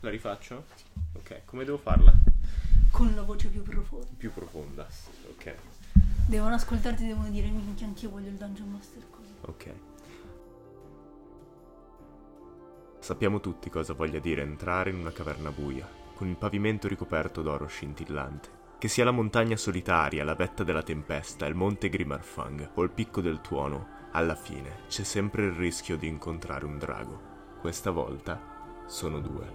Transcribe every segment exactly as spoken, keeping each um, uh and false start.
La rifaccio? Ok, come devo farla? Con la voce più profonda. Più profonda, ok. Devono ascoltarti, devono dire minchia, anch'io voglio il Dungeon Master così. Ok. Sappiamo tutti cosa voglia dire entrare in una caverna buia, con il pavimento ricoperto d'oro scintillante. Che sia la montagna solitaria, la vetta della tempesta, il monte Grimarfang o il picco del tuono, alla fine c'è sempre il rischio di incontrare un drago. Questa volta sono due.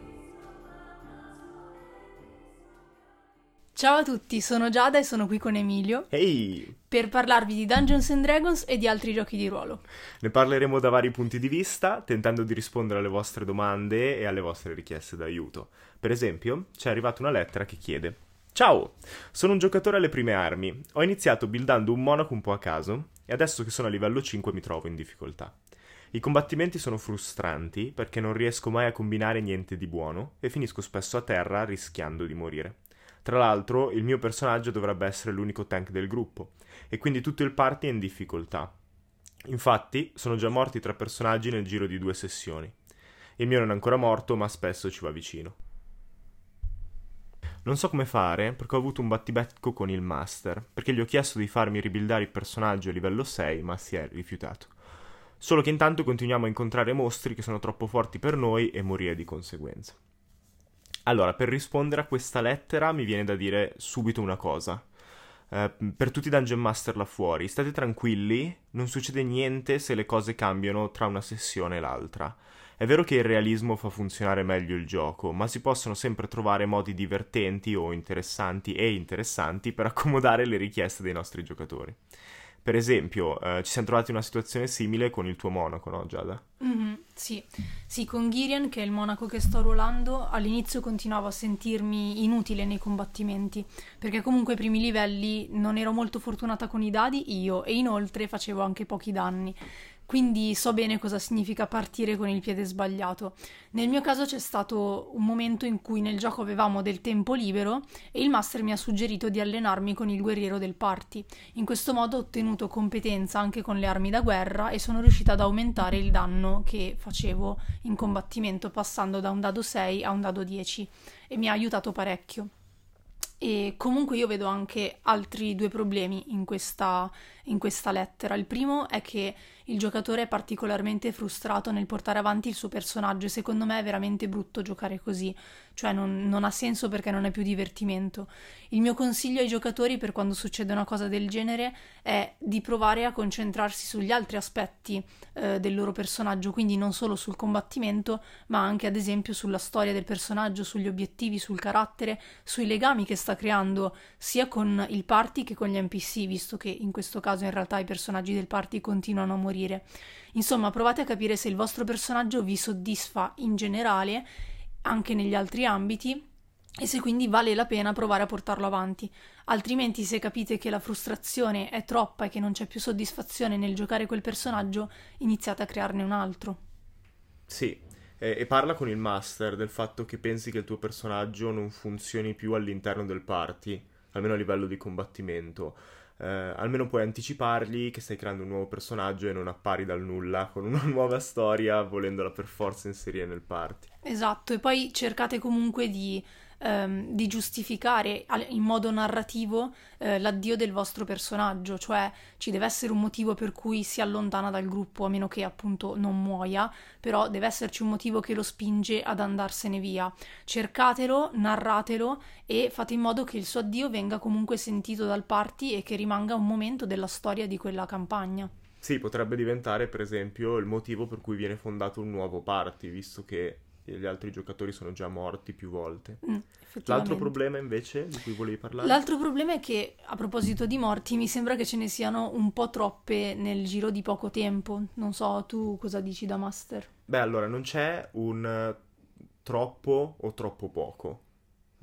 Ciao a tutti, sono Giada e sono qui con Emilio Ehi! per parlarvi di Dungeons and Dragons e di altri giochi di ruolo. Ne parleremo da vari punti di vista, tentando di rispondere alle vostre domande e alle vostre richieste d'aiuto. Per esempio, ci è arrivata una lettera che chiede: Ciao, sono un giocatore alle prime armi. Ho iniziato buildando un monaco un po' a caso e adesso che sono a livello cinque mi trovo in difficoltà. I combattimenti sono frustranti perché non riesco mai a combinare niente di buono e finisco spesso a terra rischiando di morire. Tra l'altro, il mio personaggio dovrebbe essere l'unico tank del gruppo, e quindi tutto il party è in difficoltà. Infatti, sono già morti tre personaggi nel giro di due sessioni. Il mio non è ancora morto, ma spesso ci va vicino. Non so come fare, perché ho avuto un battibecco con il master, perché gli ho chiesto di farmi ribuildare il personaggio a livello sei, ma si è rifiutato. Solo che intanto continuiamo a incontrare mostri che sono troppo forti per noi e morire di conseguenza. Allora, per rispondere a questa lettera mi viene da dire subito una cosa. Eh, per tutti i Dungeon Master là fuori, state tranquilli, non succede niente se le cose cambiano tra una sessione e l'altra. È vero che il realismo fa funzionare meglio il gioco, ma si possono sempre trovare modi divertenti o interessanti e interessanti per accomodare le richieste dei nostri giocatori. Per esempio, eh, ci siamo trovati in una situazione simile con il tuo monaco, no Giada? Mm-hmm, sì. sì, con Girian, che è il monaco che sto ruolando, all'inizio continuavo a sentirmi inutile nei combattimenti, perché comunque ai primi livelli non ero molto fortunata con i dadi io, e inoltre facevo anche pochi danni. Quindi so bene cosa significa partire con il piede sbagliato. Nel mio caso c'è stato un momento in cui nel gioco avevamo del tempo libero e il master mi ha suggerito di allenarmi con il guerriero del party. In questo modo ho ottenuto competenza anche con le armi da guerra e sono riuscita ad aumentare il danno che facevo in combattimento passando da un dado sei a un dado dieci e mi ha aiutato parecchio. E comunque io vedo anche altri due problemi in questa, in questa lettera. Il primo è che il giocatore è particolarmente frustrato nel portare avanti il suo personaggio e secondo me è veramente brutto giocare così, cioè non, non ha senso perché non è più divertimento. Il mio consiglio ai giocatori per quando succede una cosa del genere è di provare a concentrarsi sugli altri aspetti eh, del loro personaggio, quindi non solo sul combattimento, ma anche ad esempio sulla storia del personaggio, sugli obiettivi, sul carattere, sui legami che sta creando sia con il party che con gli N P C, visto che in questo caso in realtà i personaggi del party continuano a morire. Insomma, provate a capire se il vostro personaggio vi soddisfa in generale, anche negli altri ambiti, e se quindi vale la pena provare a portarlo avanti. Altrimenti, se capite che la frustrazione è troppa e che non c'è più soddisfazione nel giocare quel personaggio, iniziate a crearne un altro. Sì, e, e parla con il master del fatto che pensi che il tuo personaggio non funzioni più all'interno del party, almeno a livello di combattimento. Eh, almeno puoi anticipargli che stai creando un nuovo personaggio e non appari dal nulla con una nuova storia volendola per forza inserire nel party. Esatto, e poi cercate comunque di, ehm, di giustificare in modo narrativo eh, l'addio del vostro personaggio, cioè ci deve essere un motivo per cui si allontana dal gruppo, a meno che appunto non muoia, però deve esserci un motivo che lo spinge ad andarsene via. Cercatelo, narratelo e fate in modo che il suo addio venga comunque sentito dal party e che rimanga un momento della storia di quella campagna. Sì, potrebbe diventare per esempio il motivo per cui viene fondato un nuovo party, visto che gli altri giocatori sono già morti più volte. Mm, L'altro problema invece di cui volevi parlare? L'altro problema è che, a proposito di morti, mi sembra che ce ne siano un po' troppe nel giro di poco tempo. Non so, tu cosa dici da master? Beh, allora, non c'è un troppo o troppo poco.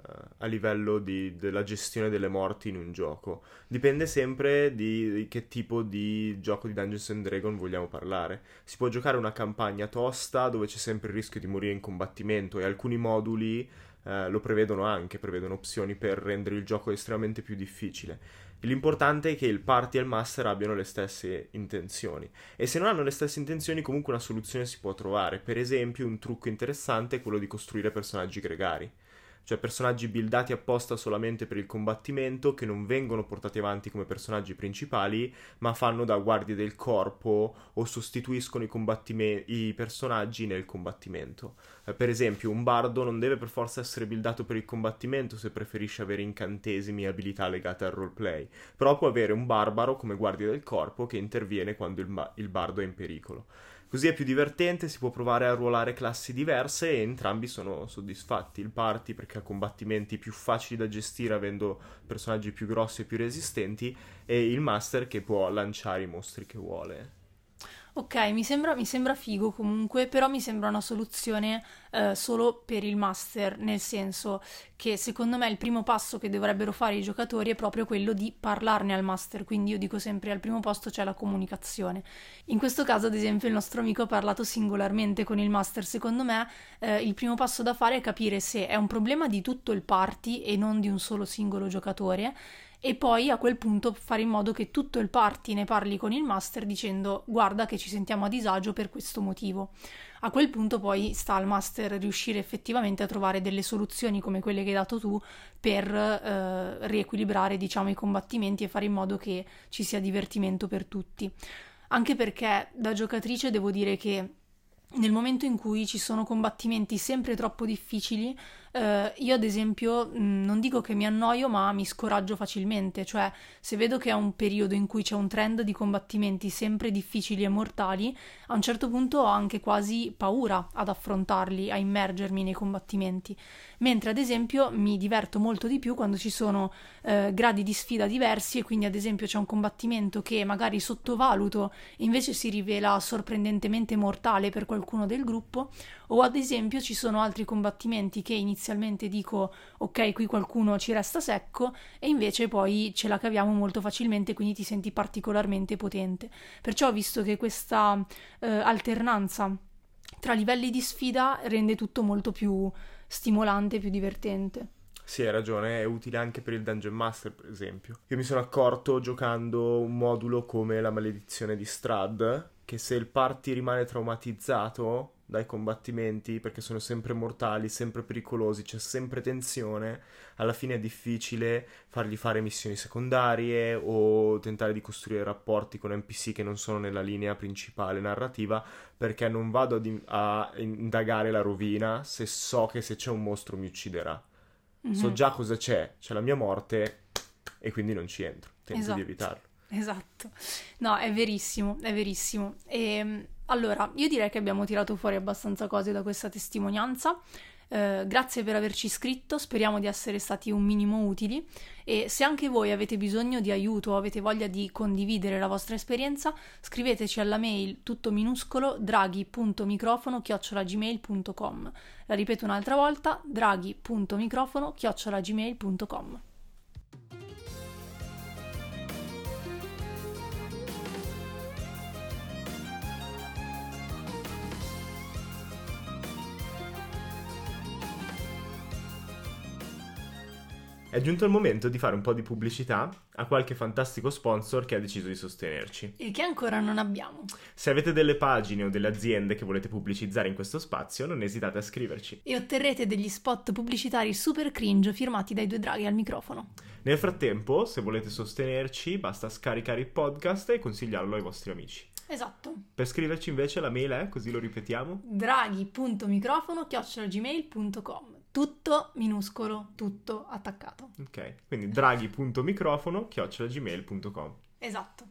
a livello di, della gestione delle morti in un gioco. Dipende sempre di, di che tipo di gioco di Dungeons and Dragons vogliamo parlare. Si può giocare una campagna tosta dove c'è sempre il rischio di morire in combattimento, e alcuni moduli eh, lo prevedono anche, prevedono opzioni per rendere il gioco estremamente più difficile. L'importante è che il party e il master abbiano le stesse intenzioni, e se non hanno le stesse intenzioni comunque una soluzione si può trovare. Per esempio, un trucco interessante è quello di costruire personaggi gregari, cioè personaggi buildati apposta solamente per il combattimento, che non vengono portati avanti come personaggi principali, ma fanno da guardie del corpo o sostituiscono i, combattime- i personaggi nel combattimento. Eh, per esempio, un bardo non deve per forza essere buildato per il combattimento se preferisce avere incantesimi e abilità legate al roleplay, però può avere un barbaro come guardia del corpo che interviene quando il, ma- il bardo è in pericolo. Così è più divertente, si può provare a ruolare classi diverse e entrambi sono soddisfatti. Il party perché ha combattimenti più facili da gestire avendo personaggi più grossi e più resistenti, e il master che può lanciare i mostri che vuole. Ok, mi sembra, mi sembra figo comunque, però mi sembra una soluzione eh, solo per il master, nel senso che secondo me il primo passo che dovrebbero fare i giocatori è proprio quello di parlarne al master, quindi io dico sempre al primo posto c'è la comunicazione. In questo caso, ad esempio, il nostro amico ha parlato singolarmente con il master. Secondo me eh, il primo passo da fare è capire se è un problema di tutto il party e non di un solo singolo giocatore, e poi a quel punto fare in modo che tutto il party ne parli con il master dicendo guarda che ci sentiamo a disagio per questo motivo. A quel punto poi sta al master riuscire effettivamente a trovare delle soluzioni come quelle che hai dato tu per eh, riequilibrare, diciamo, i combattimenti e fare in modo che ci sia divertimento per tutti. Anche perché da giocatrice devo dire che nel momento in cui ci sono combattimenti sempre troppo difficili, eh, io ad esempio mh, non dico che mi annoio, ma mi scoraggio facilmente. Cioè, se vedo che è un periodo in cui c'è un trend di combattimenti sempre difficili e mortali, a un certo punto ho anche quasi paura ad affrontarli, a immergermi nei combattimenti. Mentre ad esempio mi diverto molto di più quando ci sono eh, gradi di sfida diversi, e quindi ad esempio c'è un combattimento che magari sottovaluto e invece si rivela sorprendentemente mortale per qualcuno del gruppo, o ad esempio ci sono altri combattimenti che inizialmente dico ok, qui qualcuno ci resta secco, e invece poi ce la caviamo molto facilmente, quindi ti senti particolarmente potente. Perciò ho visto che questa eh, alternanza tra livelli di sfida rende tutto molto più stimolante, più divertente. Sì, hai ragione, è utile anche per il Dungeon Master, per esempio. Io mi sono accorto giocando un modulo come la maledizione di Strahd, che se il party rimane traumatizzato dai combattimenti, perché sono sempre mortali, sempre pericolosi, c'è sempre tensione, alla fine è difficile fargli fare missioni secondarie o tentare di costruire rapporti con N P C che non sono nella linea principale narrativa, perché non vado ad in- a indagare la rovina se so che se c'è un mostro mi ucciderà. Mm-hmm. So già cosa c'è, c'è la mia morte, e quindi non ci entro, tento esatto. di evitarlo. Esatto, no, è verissimo, è verissimo. E allora, io direi che abbiamo tirato fuori abbastanza cose da questa testimonianza. Eh, grazie per averci iscritto, speriamo di essere stati un minimo utili, e se anche voi avete bisogno di aiuto o avete voglia di condividere la vostra esperienza, scriveteci alla mail tutto minuscolo draghi punto microfono chiocciola gmail punto com. La ripeto un'altra volta, draghi punto microfono chiocciola gmail punto com. È giunto il momento di fare un po' di pubblicità a qualche fantastico sponsor che ha deciso di sostenerci. E che ancora non abbiamo. Se avete delle pagine o delle aziende che volete pubblicizzare in questo spazio, non esitate a scriverci. E otterrete degli spot pubblicitari super cringe firmati dai due draghi al microfono. Nel frattempo, se volete sostenerci, basta scaricare il podcast e consigliarlo ai vostri amici. Esatto. Per scriverci invece la mail è, così lo ripetiamo, draghi punto microfono chiocciola gmail punto com. Tutto minuscolo, tutto attaccato. Ok, quindi draghi punto microfono chiocciola gmail punto com. Esatto.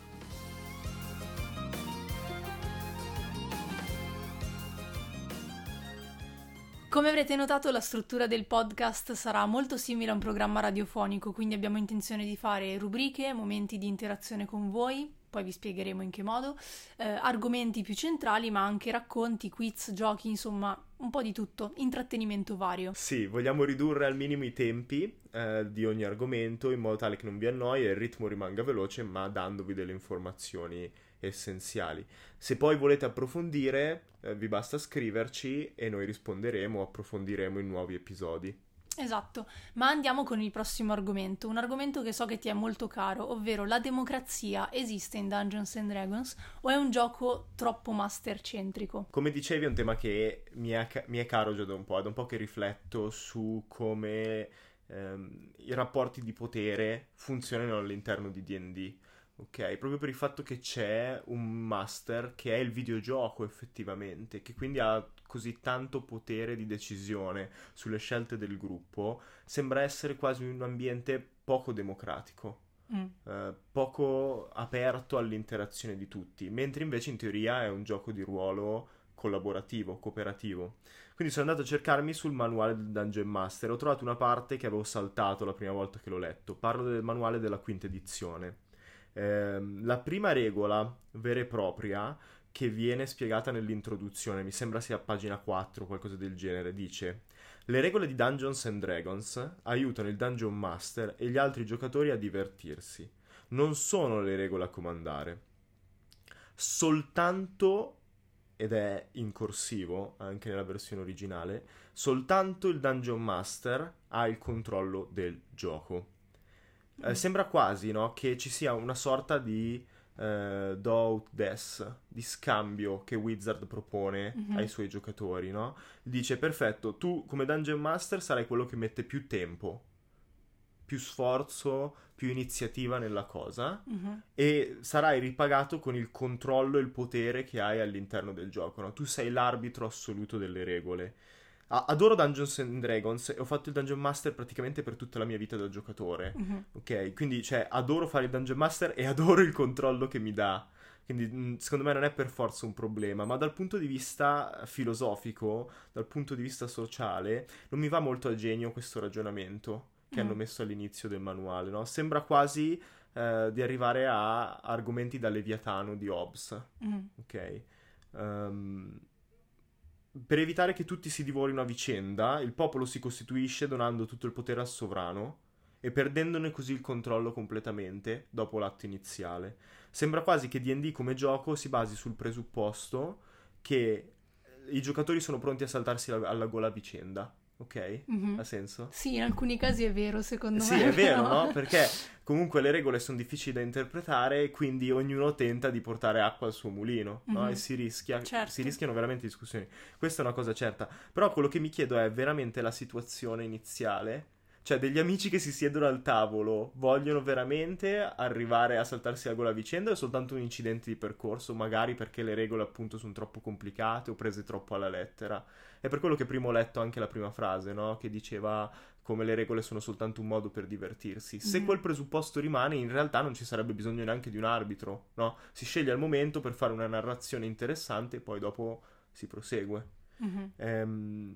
Come avrete notato, la struttura del podcast sarà molto simile a un programma radiofonico, quindi abbiamo intenzione di fare rubriche, momenti di interazione con voi, poi vi spiegheremo in che modo, eh, argomenti più centrali, ma anche racconti, quiz, giochi, insomma un po' di tutto, intrattenimento vario. Sì, vogliamo ridurre al minimo i tempi eh, di ogni argomento in modo tale che non vi annoi e il ritmo rimanga veloce, ma dandovi delle informazioni essenziali. Se poi volete approfondire, eh, vi basta scriverci e noi risponderemo o approfondiremo in nuovi episodi. Esatto, ma andiamo con il prossimo argomento, un argomento che so che ti è molto caro, ovvero la democrazia esiste in Dungeons and Dragons o è un gioco troppo master-centrico? Come dicevi è un tema che mi è, mi è caro già da un po', è da un po' che rifletto su come ehm, i rapporti di potere funzionano all'interno di D and D. Ok, proprio per il fatto che c'è un master che è il videogioco effettivamente, che quindi ha così tanto potere di decisione sulle scelte del gruppo, sembra essere quasi un ambiente poco democratico, Mm. eh, poco aperto all'interazione di tutti, mentre invece in teoria è un gioco di ruolo collaborativo, cooperativo. Quindi sono andato a cercarmi sul manuale del Dungeon Master, ho trovato una parte che avevo saltato la prima volta che l'ho letto, parlo del manuale della quinta edizione. Eh, la prima regola vera e propria che viene spiegata nell'introduzione, mi sembra sia a pagina quattro, qualcosa del genere, dice: le regole di Dungeons and Dragons aiutano il Dungeon Master e gli altri giocatori a divertirsi. Non sono le regole a comandare. Soltanto, ed è in corsivo anche nella versione originale, soltanto il Dungeon Master ha il controllo del gioco. Eh, sembra quasi, no, che ci sia una sorta di eh, do ut des, di scambio che Wizard propone Mhm. ai suoi giocatori, no? Dice: perfetto, tu come Dungeon Master sarai quello che mette più tempo, più sforzo, più iniziativa nella cosa, Mhm. e sarai ripagato con il controllo e il potere che hai all'interno del gioco, no? Tu sei l'arbitro assoluto delle regole. A- adoro Dungeons and Dragons e ho fatto il Dungeon Master praticamente per tutta la mia vita da giocatore. Mhm. Ok, quindi cioè adoro fare il Dungeon Master e adoro il controllo che mi dà. Quindi mh, secondo me non è per forza un problema, ma dal punto di vista filosofico, dal punto di vista sociale, non mi va molto a genio questo ragionamento che Mm. hanno messo all'inizio del manuale, no? Sembra quasi eh, di arrivare a argomenti da Leviatano di Hobbes, Mm. ok? Ehm, per evitare che tutti si divorino a vicenda, il popolo si costituisce donando tutto il potere al sovrano e perdendone così il controllo completamente dopo l'atto iniziale. Sembra quasi che D and D come gioco si basi sul presupposto che i giocatori sono pronti a saltarsi la- alla gola a vicenda, ok? Mhm. Ha senso? Sì, in alcuni casi è vero, secondo Sì, me. è vero, però- no? Perché comunque le regole sono difficili da interpretare e quindi ognuno tenta di portare acqua al suo mulino, no? Mhm. E si rischia, Certo. si rischiano veramente discussioni. Questa è una cosa certa. Però quello che mi chiedo è veramente la situazione iniziale? Cioè, degli amici che si siedono al tavolo vogliono veramente arrivare a saltarsi la gola a vicenda o è soltanto un incidente di percorso, magari perché le regole appunto sono troppo complicate o prese troppo alla lettera? È per quello che prima ho letto anche la prima frase, no? Che diceva come le regole sono soltanto un modo per divertirsi. Se Mhm. quel presupposto rimane, in realtà non ci sarebbe bisogno neanche di un arbitro, no? Si sceglie al momento per fare una narrazione interessante e poi dopo si prosegue. Mhm. Ehm,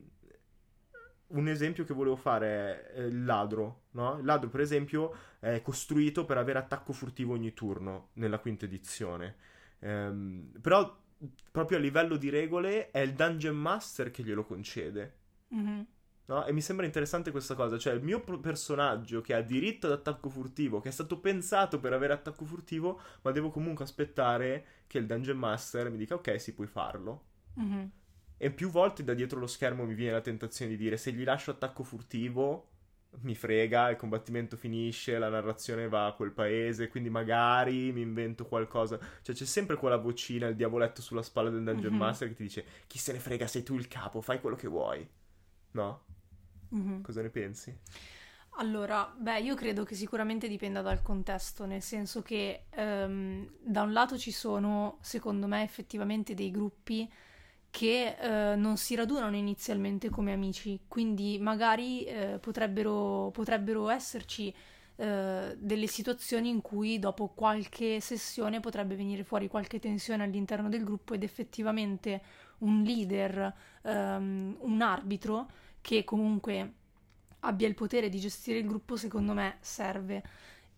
un esempio che volevo fare è il ladro, no? Il ladro, per esempio, è costruito per avere attacco furtivo ogni turno nella quinta edizione. Ehm, però, proprio a livello di regole, è il Dungeon Master che glielo concede. Mhm. No? E mi sembra interessante questa cosa, cioè il mio pro- personaggio che ha diritto ad attacco furtivo, che è stato pensato per avere attacco furtivo, ma devo comunque aspettare che il Dungeon Master mi dica ok, sì, puoi farlo. Mhm. E più volte da dietro lo schermo mi viene la tentazione di dire se gli lascio attacco furtivo mi frega, il combattimento finisce, la narrazione va a quel paese, quindi magari mi invento qualcosa. Cioè c'è sempre quella vocina, il diavoletto sulla spalla del Dungeon Mhm. Master che ti dice chi se ne frega, sei tu il capo, fai quello che vuoi. No? Mhm. Cosa ne pensi? Allora, beh, io credo che sicuramente dipenda dal contesto, nel senso che ehm, da un lato ci sono, secondo me, effettivamente dei gruppi che eh, non si radunano inizialmente come amici, quindi magari eh, potrebbero, potrebbero esserci eh, delle situazioni in cui dopo qualche sessione potrebbe venire fuori qualche tensione all'interno del gruppo ed effettivamente un leader, ehm, un arbitro che comunque abbia il potere di gestire il gruppo, secondo me serve.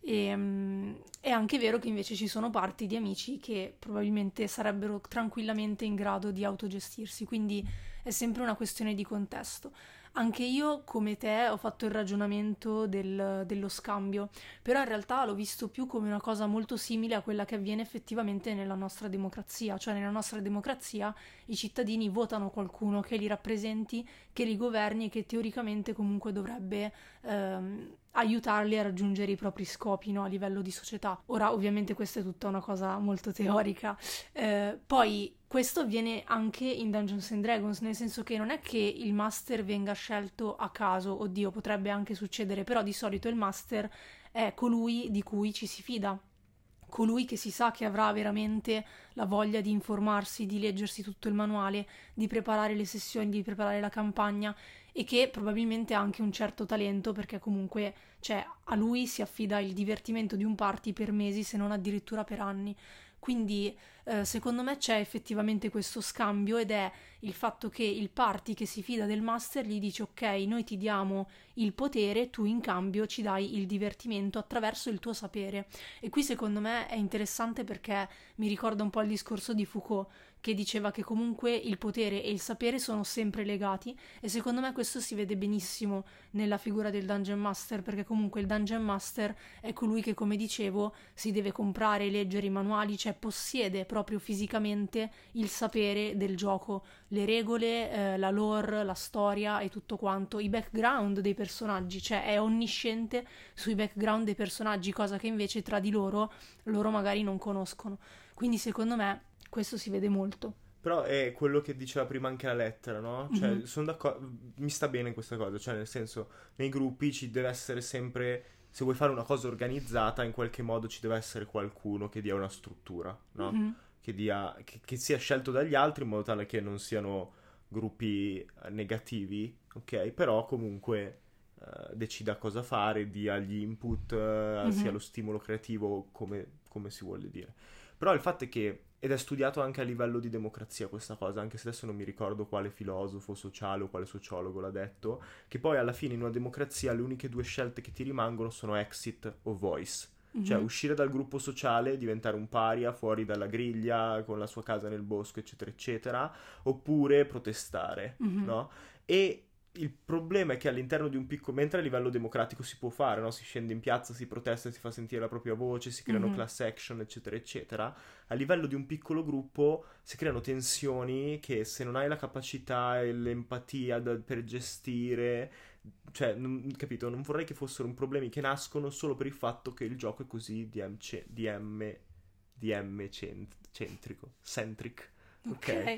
E, mm, è anche vero che invece ci sono parti di amici che probabilmente sarebbero tranquillamente in grado di autogestirsi, quindi è sempre una questione di contesto. Anche io, come te, ho fatto il ragionamento del- dello scambio, però in realtà l'ho visto più come una cosa molto simile a quella che avviene effettivamente nella nostra democrazia, cioè nella nostra democrazia i cittadini votano qualcuno che li rappresenti, che li governi e che teoricamente comunque dovrebbe ehm, aiutarli a raggiungere i propri scopi, no, a livello di società. Ora, ovviamente questa è tutta una cosa molto teorica. Eh, poi questo avviene anche in Dungeons and Dragons, nel senso che non è che il master venga scelto a caso, oddio, potrebbe anche succedere, però di solito il master è colui di cui ci si fida, colui che si sa che avrà veramente la voglia di informarsi, di leggersi tutto il manuale, di preparare le sessioni, di preparare la campagna e che probabilmente ha anche un certo talento perché comunque, cioè, a lui si affida il divertimento di un party per mesi, se non addirittura per anni. Quindi eh, secondo me c'è effettivamente questo scambio ed è il fatto che il party che si fida del master gli dice ok, noi ti diamo il potere, tu in cambio ci dai il divertimento attraverso il tuo sapere. E qui secondo me è interessante perché mi ricorda un po' il discorso di Foucault che diceva che comunque il potere e il sapere sono sempre legati e secondo me questo si vede benissimo nella figura del Dungeon Master perché comunque il Dungeon Master è colui che, come dicevo, si deve comprare e leggere i manuali, cioè possiede proprio fisicamente il sapere del gioco, le regole, eh, la lore, la storia e tutto quanto, i background dei personaggi, cioè è onnisciente sui background dei personaggi, cosa che invece tra di loro loro magari non conoscono. Quindi secondo me questo si vede molto. Però è quello che diceva prima anche la lettera, no? Cioè, Mhm. sono d'accordo, mi sta bene questa cosa, cioè nel senso, nei gruppi ci deve essere sempre, se vuoi fare una cosa organizzata, in qualche modo ci deve essere qualcuno che dia una struttura, no? Mhm. Che dia, che, che sia scelto dagli altri in modo tale che non siano gruppi eh, negativi, ok? Però comunque eh, decida cosa fare, dia gli input, eh, sia Mhm. lo stimolo creativo, come, come si vuole dire. Però il fatto è che, ed è studiato anche a livello di democrazia questa cosa, anche se adesso non mi ricordo quale filosofo sociale o quale sociologo l'ha detto, che poi alla fine in una democrazia le uniche due scelte che ti rimangono sono exit o voice. Cioè Mhm. uscire dal gruppo sociale, diventare un paria fuori dalla griglia, con la sua casa nel bosco, eccetera, eccetera, oppure protestare, Mhm. no? E il problema è che all'interno di un piccolo, mentre a livello democratico si può fare, no? Si scende in piazza, si protesta, si fa sentire la propria voce, si creano Mhm. class action, eccetera, eccetera. A livello di un piccolo gruppo si creano tensioni che se non hai la capacità e l'empatia da- per gestire, cioè, non- capito, non vorrei che fossero problemi che nascono solo per il fatto che il gioco è così D M, ce- D M, D M cent- centrico, centric, ok? Ok.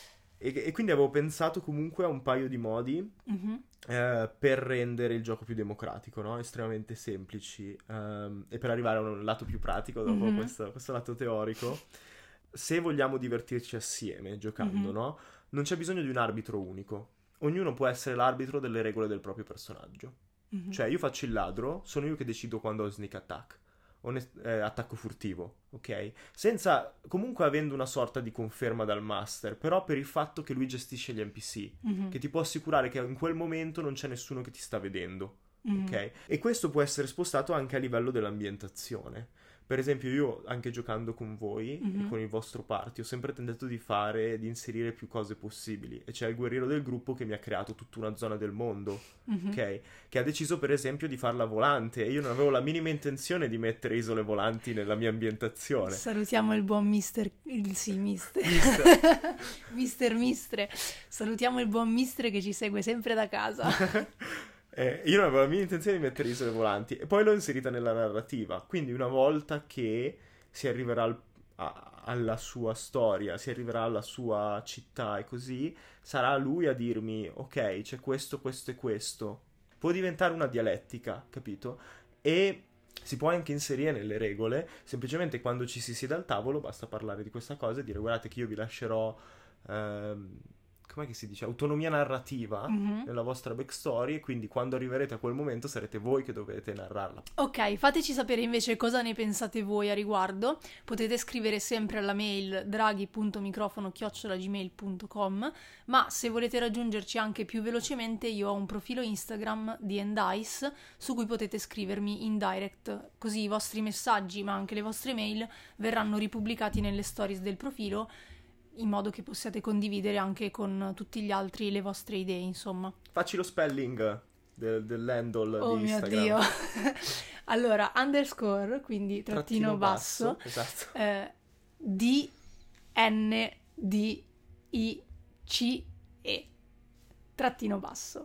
E, e quindi avevo pensato comunque a un paio di modi Mhm. eh, per rendere il gioco più democratico, no? Estremamente semplici, ehm, e per arrivare a un lato più pratico dopo Mhm. questo, questo lato teorico. Se vogliamo divertirci assieme giocando, Mhm. no? Non c'è bisogno di un arbitro unico. Ognuno può essere l'arbitro delle regole del proprio personaggio. Mhm. Cioè, io faccio il ladro, sono io che decido quando ho sneak attack. Onest- eh, attacco furtivo, ok? Senza, comunque avendo una sorta di conferma dal master, però per il fatto che lui gestisce gli N P C, Mhm. che ti può assicurare che in quel momento non c'è nessuno che ti sta vedendo, Mhm. ok? E questo può essere spostato anche a livello dell'ambientazione. Per esempio, io anche giocando con voi e Mhm. con il vostro party ho sempre tentato di fare, di inserire più cose possibili. E c'è il guerriero del gruppo che mi ha creato tutta una zona del mondo, Mhm. ok? Che ha deciso per esempio di farla volante e io non avevo la minima intenzione di mettere isole volanti nella mia ambientazione. Salutiamo il buon mister, il sì, mister. Mister. Mister Mistre. Salutiamo il buon Mistre che ci segue sempre da casa. Eh, io non avevo la mia intenzione di mettere isole volanti e poi l'ho inserita nella narrativa. Quindi una volta che si arriverà al- a- alla sua storia, si arriverà alla sua città e così, sarà lui a dirmi, ok, c'è questo, questo e questo. Può diventare una dialettica, capito? E si può anche inserire nelle regole, semplicemente quando ci si siede al tavolo basta parlare di questa cosa e dire, guardate che io vi lascerò... ehm, com'è che si dice? Autonomia narrativa Mhm. nella vostra backstory, e quindi quando arriverete a quel momento sarete voi che dovete narrarla. Ok, fateci sapere invece cosa ne pensate voi a riguardo. Potete scrivere sempre alla mail draghi punto microfono chiocciola gmail punto com, ma se volete raggiungerci anche più velocemente io ho un profilo Instagram di Endice su cui potete scrivermi in direct, così i vostri messaggi ma anche le vostre mail verranno ripubblicati nelle stories del profilo, in modo che possiate condividere anche con tutti gli altri le vostre idee, insomma. Facci lo spelling del, dell'handle Oh di mio Instagram. Dio. Allora, underscore, quindi trattino, basso, Esatto. eh, D N D I C E, trattino basso.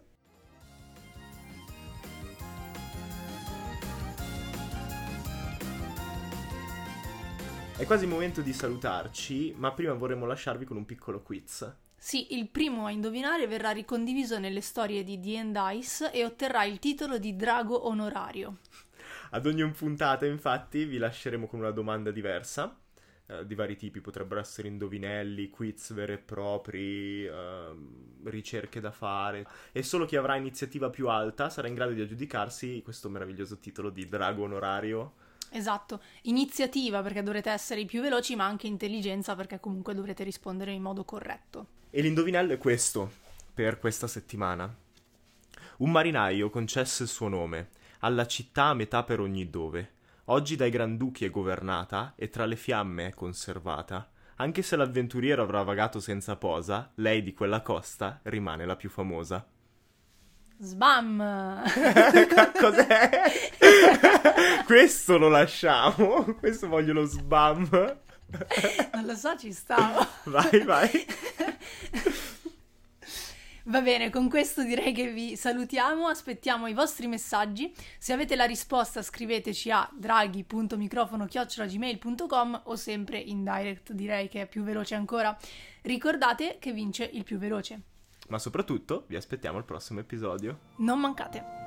È quasi il momento di salutarci, ma prima vorremmo lasciarvi con un piccolo quiz. Sì, il primo a indovinare verrà ricondiviso nelle storie di D and Dice e otterrà il titolo di drago onorario. Ad ogni puntata, infatti, vi lasceremo con una domanda diversa, eh, di vari tipi. Potrebbero essere indovinelli, quiz veri e propri, ehm, ricerche da fare. E solo chi avrà iniziativa più alta sarà in grado di aggiudicarsi questo meraviglioso titolo di drago onorario. Esatto, iniziativa perché dovrete essere i più veloci, ma anche intelligenza perché comunque dovrete rispondere in modo corretto. E l'indovinello è questo, per questa settimana. Un marinaio concesse il suo nome alla città a metà per ogni dove. Oggi dai granduchi è governata e tra le fiamme è conservata. Anche se l'avventuriero avrà vagato senza posa, lei di quella costa rimane la più famosa. Sbam! Cos'è? Questo lo lasciamo. Questo voglio lo sbam. Non lo so, ci stavo. Vai, vai. Va bene, con questo direi che vi salutiamo, aspettiamo i vostri messaggi. Se avete la risposta scriveteci a draghi punto microfono chiocciola gmail punto com o sempre in direct, direi che è più veloce ancora. Ricordate che vince il più veloce. Ma soprattutto vi aspettiamo al prossimo episodio. Non mancate!